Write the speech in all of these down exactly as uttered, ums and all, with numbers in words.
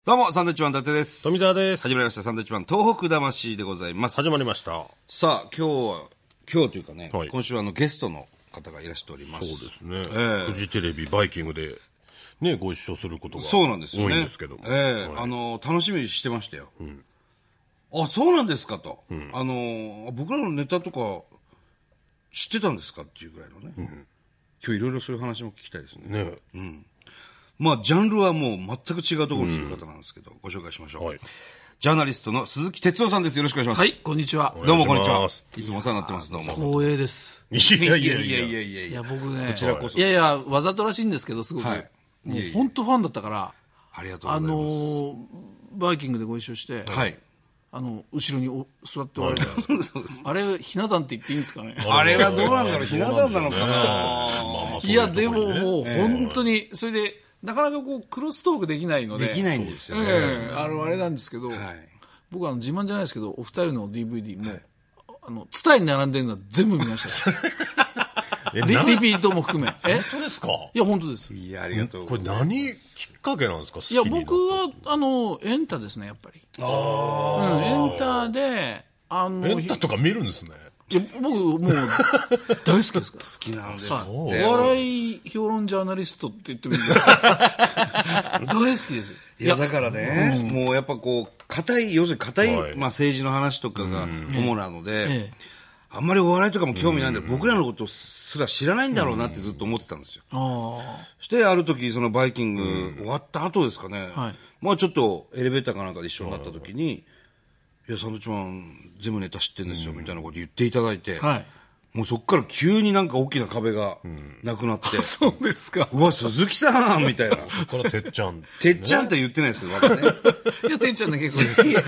どうも、サンドウィッチマン伊達です。 富澤です。 始まりました、サンドウィッチマン東北魂でございます。 始まりました。 さあ、今日は、今日というかね、はい、今週はあのゲストの方がいらしております。 そうですね。えー、フジテレビバイキングで、ね、ご一緒することがそうなんですよね。 多いんですけども。 えーはい、あの、楽しみにしてましたよ。うん、あ、そうなんですかと、うん。あの、僕らのネタとか、知ってたんですかっていうぐらいのね。うん、今日いろいろそういう話も聞きたいですね。ね、うん。まあ、ジャンルはもう全く違うところにいる方なんですけど、うん、ご紹介しましょう、はい。ジャーナリストの鈴木哲夫さんです。よろしくお願いします。 はい、こんにちは。 どうもこんにちは。いつもお世話になってます。どうも。 光栄です。 いやいやいやいやいやいや。 いや、僕ね、 こちらこそ。 いやいや、わざとらしいんですけど、すごく。はい、もう本当ファンだったから、 ありがとうございます。あのー、 バイキングでご一緒して、 はい。 あの、後ろにお座っておられるじゃないですか。あれ、ひな壇って言っていいんですかね。 あれはどうなんだろう、ひな壇なのかな。 いや、でももう本当に、それで、なかなかこうクロストークできないのでできないんですよね、 えー、あのあれなんですけど、はい、僕はあの自慢じゃないですけどお二人の ディーブイディー も、はい、あのツタヤに並んでるのは全部見ましたリ, リピートも含めえ本当ですか。 いや本当です。 いやありがとうございます。 これ何きっかけなんですか。 いや僕はあのエンタですねやっぱり。あ、うん、エンタであのエンタとか見るんですね。 いや僕もう大好きですから。 好きなんですって。 お笑い評論ジャーナリストって言ってもいいですか。大好きです。 いやだからね、うん、もうやっぱこう硬い要するに硬い、はい、まあ政治の話とかが主なので、ええ、あんまりお笑いとかも興味ないんで、僕らのことすら知らないんだろうなってずっと思ってたんですよ。あそしてある時そのバイキング終わった後ですかね。はい、まあちょっとエレベーターかなんかで一緒になった時に。いやサンドウィッチマン全部ネタ知ってるんですよ、うん、みたいなこと言っていただいて、はい、もうそこから急になんか大きな壁がなくなって、うん、 そうですか。 うわ鈴木さんみたいな。 そこからてっちゃん、ね、 てっちゃんって言ってないですけどまだね。 いやてっちゃんで結構です。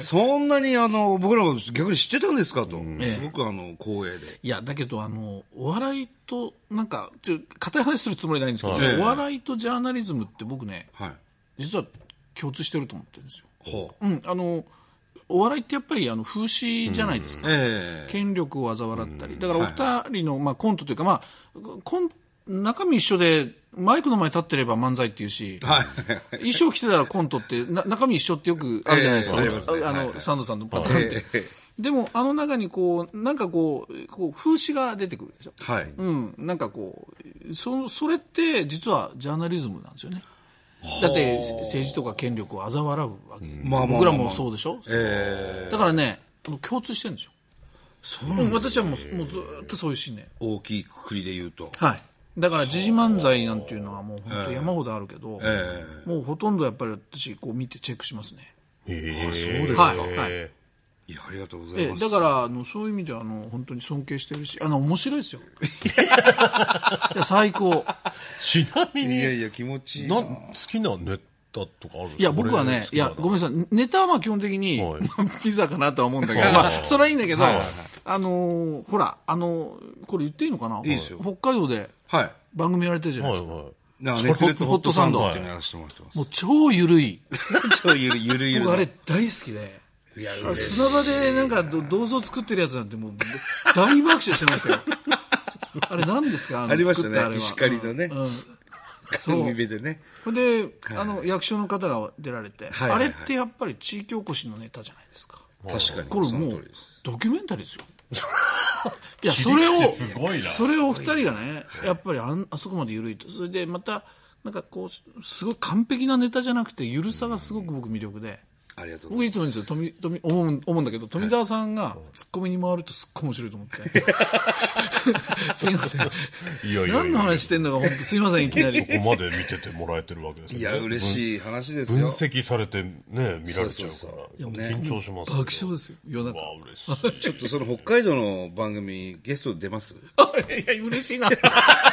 そんなにあの僕らも逆に知ってたんですかと、うん、すごくあの光栄で。 いやだけどあのお笑いとなんかちょ硬い話するつもりないんですけど、はい、お笑いとジャーナリズムって僕ね、はい、実は共通してると思ってるんですよ。ほう、うん、あのお笑いってやっぱりあの風刺じゃないですか、うんえー、権力を嘲笑ったり、だからお二人の、まあ、コントというか、まあ、コン中身一緒でマイクの前に立ってれば漫才っていうし、はい、衣装着てたらコントってな中身一緒ってよくあるじゃないですか、えー、あの、はい、サンドさんのパターンって、えー、でもあの中にこうなんかこう、こう風刺が出てくるでしょ、はい、うん、なんかこう そ, それって実はジャーナリズムなんですよね。だって政治とか権力を嘲笑うわけ、うんまあまあまあまあ、僕らもそうでしょ、えー、だからね共通してるんですよ。そうなんです、ね、私はもう、もうずっとそういう信念。 大きいくくりで言うと、 はい、だから時事漫才なんていうのはもう本当山ほどあるけど、えー、もうほとんどやっぱり私こう見てチェックしますね。 えー、あそうですか、はいはい、いやありがとうございます。 だからあのそういう意味ではあの本当に尊敬してるし、あの面白いですよ。いや最高。 ちなみにいやいや気持ちいいな。 な好きなネタとかあるんですか。 いや僕はね、いやごめんなさい、ネタはまあ基本的に、はい、ピザかなとは思うんだけど、まあそれはいいんだけど、はいはいはい、あのー、ほらあのー、これ言っていいのかな。いいですよ。北海道で番組やられてるじゃないですか。はいはい、 なんか熱烈ホットサンドっていうのやらせてもらってます。 もう超ゆるい。 超ゆるいゆるい。 僕あれ大好きで。いや砂場でなんか銅像作ってるやつなんてもう大爆笑してましたよ。あれ何ですか。あ, ありましたね。あれは石狩のね。うんうん、そう。海辺でね。 で、はい、あの役所の方が出られて、はいはいはい、あれってやっぱり地域おこしのネタじゃないですか。 確かに。 これもうドキュメンタリーですよ。いやそれをそれをお二人がね、やっぱり あ, あそこまで緩いと、それでまたなんかこうすごい完璧なネタじゃなくてゆるさがすごく僕魅力で。ありがとうございます。僕いつもですよ、富富思う思うんだけど、富澤さんがツッコミに回るとすっごい面白いと思って。すいません。いやいや何の話してんのか本当すいませんいきなり。 そこまで見ててもらえてるわけですね。 いや嬉しい話ですよ。 分析されてね見られちゃうから。そうそうそう、緊張します。 爆笑ですよ。夜中。 わ嬉しい。 ちょっとその北海道の番組ゲスト出ます？ あいや嬉しいな。もう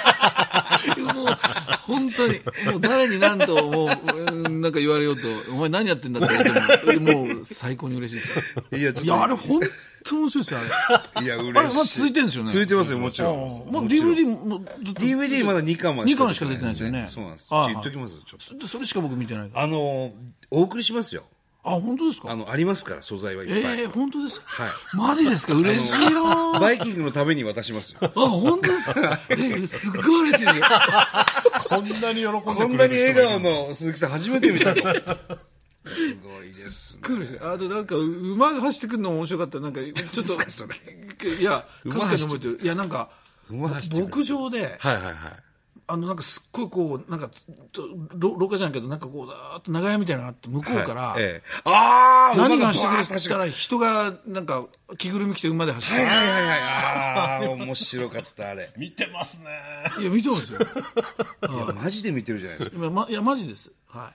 本当にもう誰に何ともうなんか言われようとお前何やってんだって言ってももう最高に嬉しいですよ。いや、いやあれ本当面白いですよあれ。いや嬉しい。あれまだ続いてるんですよね。 続いてますよもちろん。 まあ ディーブイディー もずっとディーブイディー まだにかんまでにかんしか出てないですよね。 そうなんです。言っときますちょっと。それしか僕見てないから。 あのお送りしますよ。 あ本当ですか。 あのありますから素材はいっぱい。 ええー、本当ですか。はい。マジですか嬉しいな。 バイキングのために渡しますよ。 あ本当ですか。えー、すっごい嬉しいですよ。 こんなに喜んでくれる人こんなに笑顔の鈴木さん初めて見たの。 すごいですね。 来るし、あとなんか馬が走ってくるのも面白かった。なんかちょっといやかすかに覚えてる。いやなんか牧場で、 はいはいはい。 あのなんかすっごいこうなんか廊下じゃないけどなんかこうだーっと長屋みたいなのがあって向こうから、 はいええ、あ何が走ってくるって言ったら人がなんか着ぐるみ着て馬で走ってくる。 はいはいはいはい。ああ面白かったあれ。 見てますね。 いや見てますよ。 いやマジで見てるじゃないですか。 いや、ま、いやマジです。はい。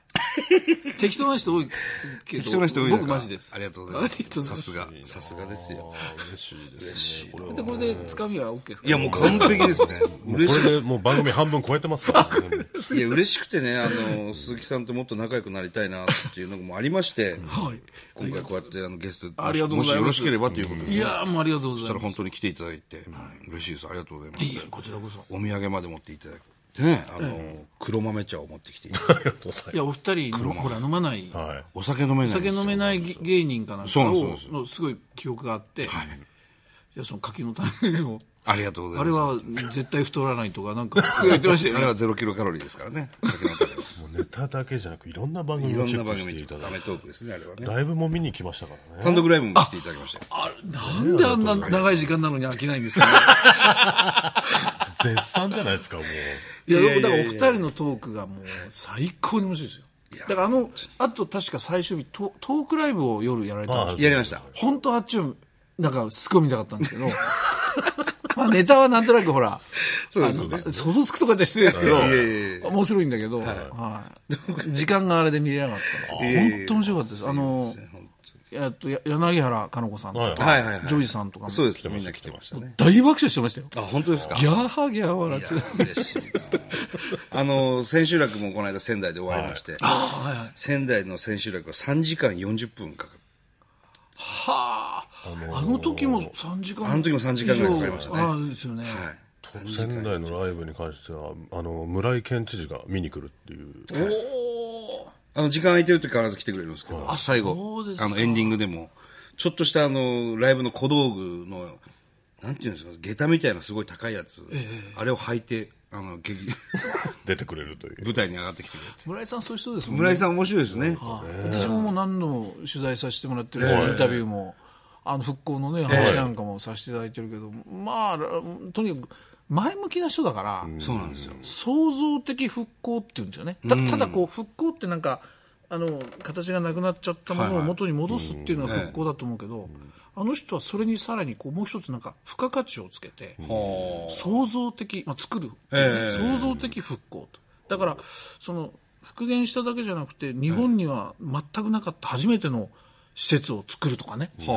適当な人多いけど。 適当な人多い。 僕マジです。 ありがとうございます。さすがさすがですよ。 嬉しいですね。これでこれでつかみは OK ですか。 いやもう完璧ですね。 嬉しい。これでもう番組半分超えてますからね。 いや嬉しくてね、あの鈴木さんともっと仲良くなりたいなっていうのもありまして、 はい、 今回こうやってあのゲストありがとうございます。 もしよろしければということで、 いやもうありがとうございます。 そしたら本当に来ていただいて、うん、嬉しいです。ありがとうございます。 いやこちらこそお土産まで持っていただいてね、あの、ええ、黒豆茶を持ってきていただいて、 いやお二人ほら飲まない、 はい、お酒飲めない、お酒飲めない芸人かなんかをのすごい記憶があって、はい、いやその柿の種をありがとうございます。 あれは絶対太らないとかなんか言ってましたよね。 あれはゼロキロカロリーですからね。 もうネタだけじゃなくいろんな番組をチェックしていただいて、 アメトークですねあれはね。 ライブも見に来ましたからね。 単独ライブも来ていただきました。 あ、なんであんな長い時間なのに飽きないんですかね。 絶賛じゃないですかもう。 いやだからお二人のトークがもう最高に面白いですよ。だからあのあと確か最終日トトークライブを夜やられたんですよ。 やりました。 本当はあっちをなんかすごい見たかったんですけど。まあネタはなんとなくほら、そうですね。想像つくとかって失礼ですけど、面白いんだけど、はい。時間があれで見れなかったんですよ。本当面白かったです。あの、えっと柳原加奈子さんとか、ジョイさんとかも、 そうですみんな来てましたね。 大爆笑してましたよ。 あ本当ですか。 ギャーギャー笑って。 嬉しいな。あの千秋楽もこの間仙台で終わりまして、仙台の千秋楽はさんじかんよんじゅっぷんかかる。 はあ。あの時もさんじかん。 あの時もさんじかんぐらいかかりましたね。 ああですよね。 はい。仙台のライブに関してはあの村井県知事が見に来るっていう。 おお。 あの時間空いてる時必ず来てくれるんですけど、最後あのエンディングでもちょっとしたあのライブの小道具のなんていうんですか下駄みたいなすごい高いやつ、あれを履いてあの劇出てくれるという舞台に上がってきてくれて。 村井さんそういう人ですもんね。 村井さん面白いですね。 私ももう何の取材させてもらってるし、インタビューもあの復興のね話なんかもさせていただいてるけど、まあとにかく前向きな人だから、 そうなんですよ。 創造的復興っていうんですよね。た, ただこう復興ってなんかあの形がなくなっちゃったものを元に戻すっていうのが復興だと思うけど、あの人はそれにさらにこうもう一つなんか付加価値をつけて、創造的、まあ、作る、ね、創造的復興と。だからその復元しただけじゃなくて日本には全くなかった初めての施設を作るとかね、うん、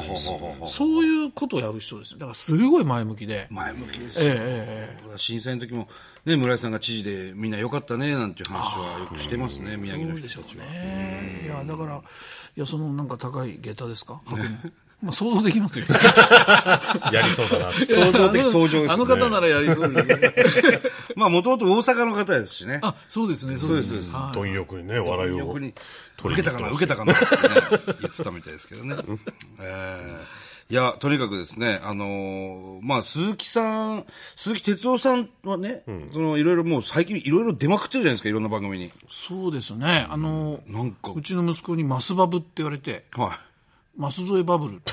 そういうことをやる人です。だからすごい前向きで。 前向きです。ええええ。震災の時もね村井さんが知事でみんな良かったねなんていう話はよくしてますね、宮城の人たちは。そうでしょうね。 いやだからいやそのなんか高い下駄ですか。まあ想像できますよ。 やりそうだな。 想像的登場ですね。 あの方ならやりそうですね。 まあもともと大阪の方ですしね。 あ、そうですね。そうですそうです。 貪欲にね笑いを。 欲に受けたかな受けたかなってね言ってたみたいですけどね。えー、いやとにかくですねあのー、まあ鈴木さん鈴木哲夫さんはね、うん、そのいろいろもう最近いろいろ出まくってるじゃないですかいろんな番組に。 そうですね。あのー、なんかうちの息子にマスバブって言われて。はい。マス添えバブルって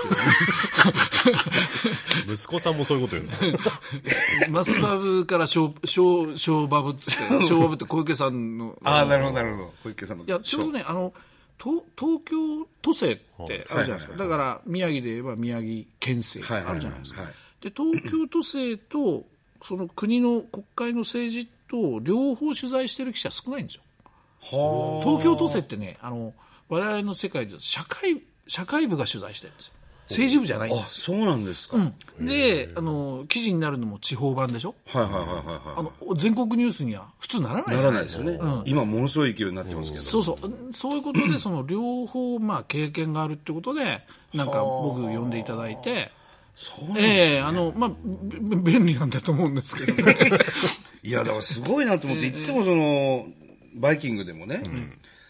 息子さんもそういうこと言うんですか。 マスバブから小小小バブって小バブって小池さんのああなるほどなるほど小池さんのいやちょうどねあの東東京都政ってあるじゃないですか、だから宮城で言えば宮城県政あるじゃないですか、で東京都政とその国の国会の政治と両方取材してる記者少ないんですよ。は東京都政ってねあの我々の世界で社会社会部が取材してるんですよ。政治部じゃないんです。 あ、そうなんですか。 うん、で、あの記事になるのも地方版でしょ。 はいはいはいはい、はい。 あの全国ニュースには普通ならない。 ならないですよね。うん、今ものすごい勢いになってますけど。 そうそう、そういうことでその両方まあ経験があるってことでなんか僕呼んでいただいて。 そうなんですね。 ええー、あのまあ便利なんだと思うんですけど、ね。いやだからすごいなと思って、いつもそのバイキングでもね。うん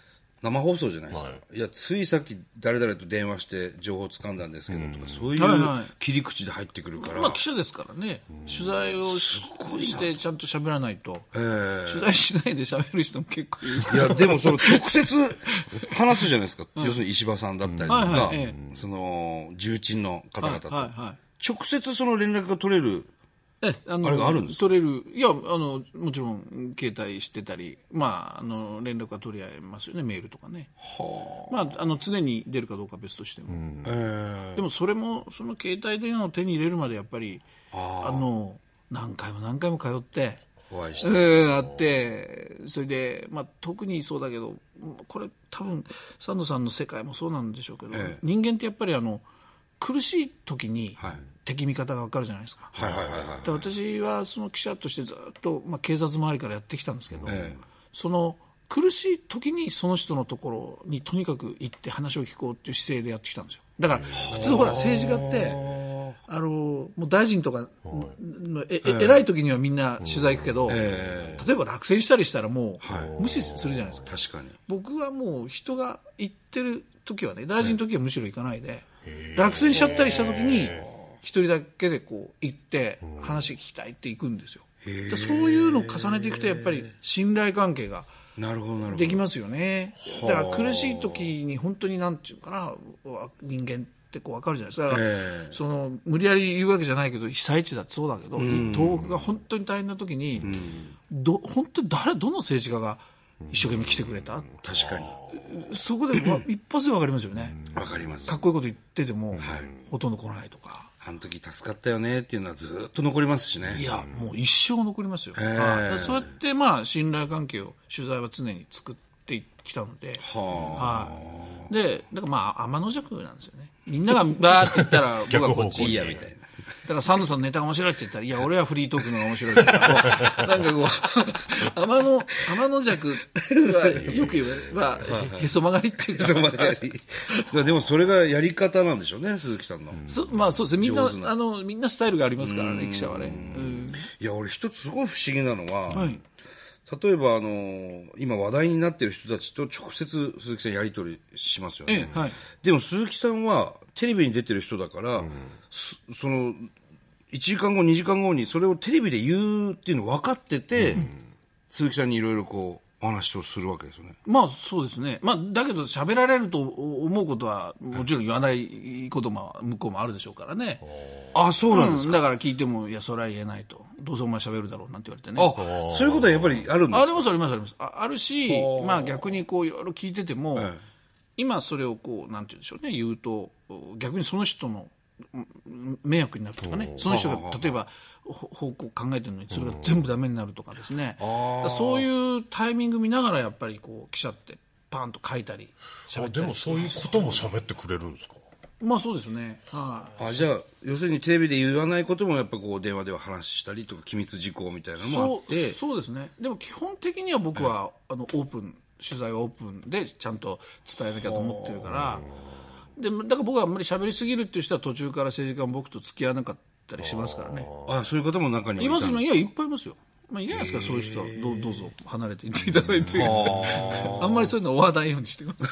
生放送じゃないですか、はい、いやついさっき誰々と電話して情報をつかんだんですけどとか、そういう切り口で入ってくるから、 まあ、記者ですからね、取材をしてちゃんと喋らないと、えー、取材しないで喋る人も結構いる。 いやでもその直接話すじゃないですか、要するに石破さんだったりとか、はいはいえー、その重鎮の方々と、はいはいはい、直接その連絡が取れるえあのあれがあるんですか？ 取れる、いやあのもちろん携帯してたり、まあ、あの連絡は取り合えますよね、メールとかね、はあ、まあ、あの常に出るかどうかは別としても、うんえー、でもそれもその携帯電話を手に入れるまでやっぱり あ, あの何回も何回も通ってお会いして、 えー、あってそれで、まあ、特にそうだけどこれ多分サンドさんの世界もそうなんでしょうけど、えー、人間ってやっぱりあの苦しい時に、はい敵味方が分かるじゃないですか、はいはいはいはい、で私はその記者としてずっと、まあ、警察周りからやってきたんですけど、ええ、その苦しい時にその人のところにとにかく行って話を聞こうっていう姿勢でやってきたんですよ。だから普通ほら政治家ってあのもう大臣とかのえ、ええ、偉い時にはみんな取材行くけど、えー、例えば落選したりしたらもう無視するじゃないですか、 はい、確かに僕はもう人が行ってる時はね大臣の時はむしろ行かないで、落選しちゃったりした時に一人だけでこう行って話聞きたいって行くんですよ。でそういうのを重ねていくとやっぱり信頼関係ができますよね。だから苦しい時に本当になんていうかな人間ってこう分かるじゃないですか。だからその無理やり言うわけじゃないけど被災地だってそうだけど、東北が本当に大変な時にど本当に誰どの政治家が一生懸命来てくれた。 確かにそこで一発で分かりますよね。 分かります。 かっこいいこと言ってても、はい、ほとんど来ないとかあの時助かったよねっていうのはずっと残りますしね。 いやもう一生残りますよ、えー、そうやってまあ信頼関係を取材は常に作ってきたので、はあ、でだからまあ天の弱なんですよね。みんながバーって言ったら僕はこっちいいやみたいな。だからサンドさんのネタが面白いって言ったらいや俺はフリートークのが面白いとかなんかこう天の天の弱はよく言えばへそ曲がりっていうかへそ曲がりいやでもそれがやり方なんでしょうね鈴木さんの、うん、 そまあそうですねみんなあのみんなスタイルがありますからね記者はね、うん、 いや俺一つすごい不思議なのは、はい、例えばあの今話題になっている人たちと直接鈴木さんやり取りしますよね、ええはい、でも鈴木さんはテレビに出てる人だから、うん、そのいちじかんごにじかんごにそれをテレビで言うっていうの分かってて、うん、鈴木さんにいろいろこうお話をするわけですよね。 まあそうですね、まあ、だけど喋られると思うことはもちろん言わないことも向こうもあるでしょうからね。 ああそうなんですか、 うん、だから聞いてもいやそれは言えないとどうせお前喋るだろうなんて言われてね。 あそういうことはやっぱりあるんですか。 ありますありますあります あ, あるし、まあ、逆にこういろいろ聞いてても、ええ、今それをこうなんて言うんでしょうね言うと逆にその人の迷惑になるとかね、その人が例えば方向考えてるのにそれが全部ダメになるとかですね、だそういうタイミング見ながらやっぱりこう記者ってパンと書いたり喋ったり。 でもそういうことも喋ってくれるんですか。 まあそうですね、はあ、あじゃあ要するにテレビで言わないこともやっぱこう電話では話したりとか機密事項みたいなのもあって。 そう、そうですね。でも基本的には僕は、はい、あのオープン取材はオープンでちゃんと伝えなきゃと思ってるから、でだから僕はあんまり喋りすぎるっていう人は途中から政治家も僕と付き合わなかったりしますからね。 ああそういう方も中にはいますいやいっぱいいますよ。まあ、いいじゃないですかそういう人は ど, どうぞ離れていっていただいてあんまりそういうの追わないようにしてます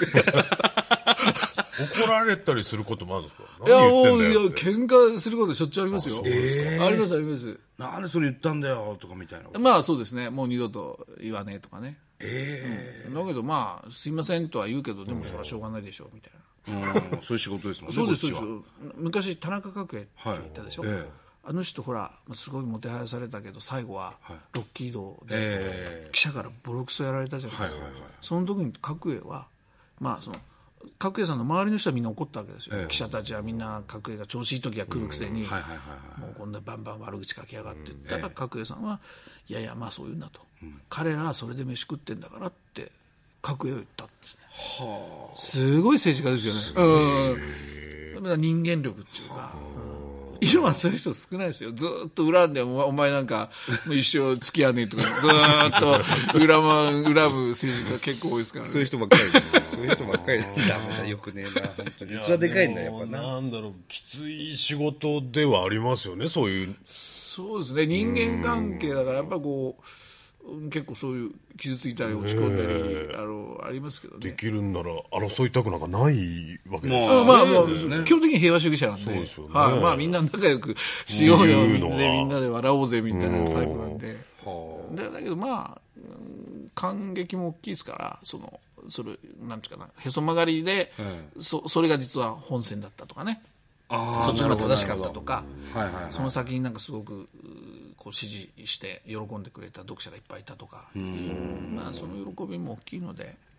怒られたりすることもあるんですか。 いやもういや喧嘩することしょっちゅうありますよ。 あ, えー、ありますあります。 なんでそれ言ったんだよとかみたいな。 まあそうですねもう二度と言わねえとかね、えーうん、だけどまあすいませんとは言うけどでもそれはしょうがないでしょうみたいな、 うん、そういう仕事ですもんね。 そうですそうです。昔田中角栄って言ったでしょ、はいえー、あの人ほらすごいもてはやされたけど最後はロッキードで記者からボロクソやられたじゃないですか、はいはいはい、その時に角栄はまあその角栄さんの周りの人はみんな怒ったわけですよ、えー、記者たちはみんな角栄が調子いい時は来るくせに、うんはいはいはいはい、もうこんなバンバン悪口書きやがって言ったら、うん、角栄さんはいやいやまあそういうんだと、うん、彼らはそれで飯食ってんだからって角栄を言ったんですね。はあ、すごい政治家ですよね。うん、人間力っていうか、うん、今はそういう人少ないですよ。ずっと恨んでお前なんかもう一生付き合わねえとかずっと恨む恨む政治家結構多いですからね。 そういう人ばっかりそういう人ばっかりダメだよくねえな本当に。器でかいんだやっぱな。 なんだろうきつい仕事ではありますよねそういう。 そうですね人間関係だからやっぱこう結構そういう傷ついたり落ち込んだり、あのありますけどね。 できるんなら争いたくなんかないわけですよ。まあ、まあ、 ね、 基本的に平和主義者なんで、そうですよね、はい、まあみんな仲良くしようよ、みんなでみんなで笑おうぜみたいなタイプなんで、だ, だけどまあ感激も大きいですから、そのそれなんていうかな、へそ曲がりで、うん、そ, それが実は本線だったとかね、あそっちが正しかったとか、はいはいはい、その先になんかすごくこう支持して喜んでくれた読者がいっぱいいたとか、うん、まあ、その喜びも大きいので。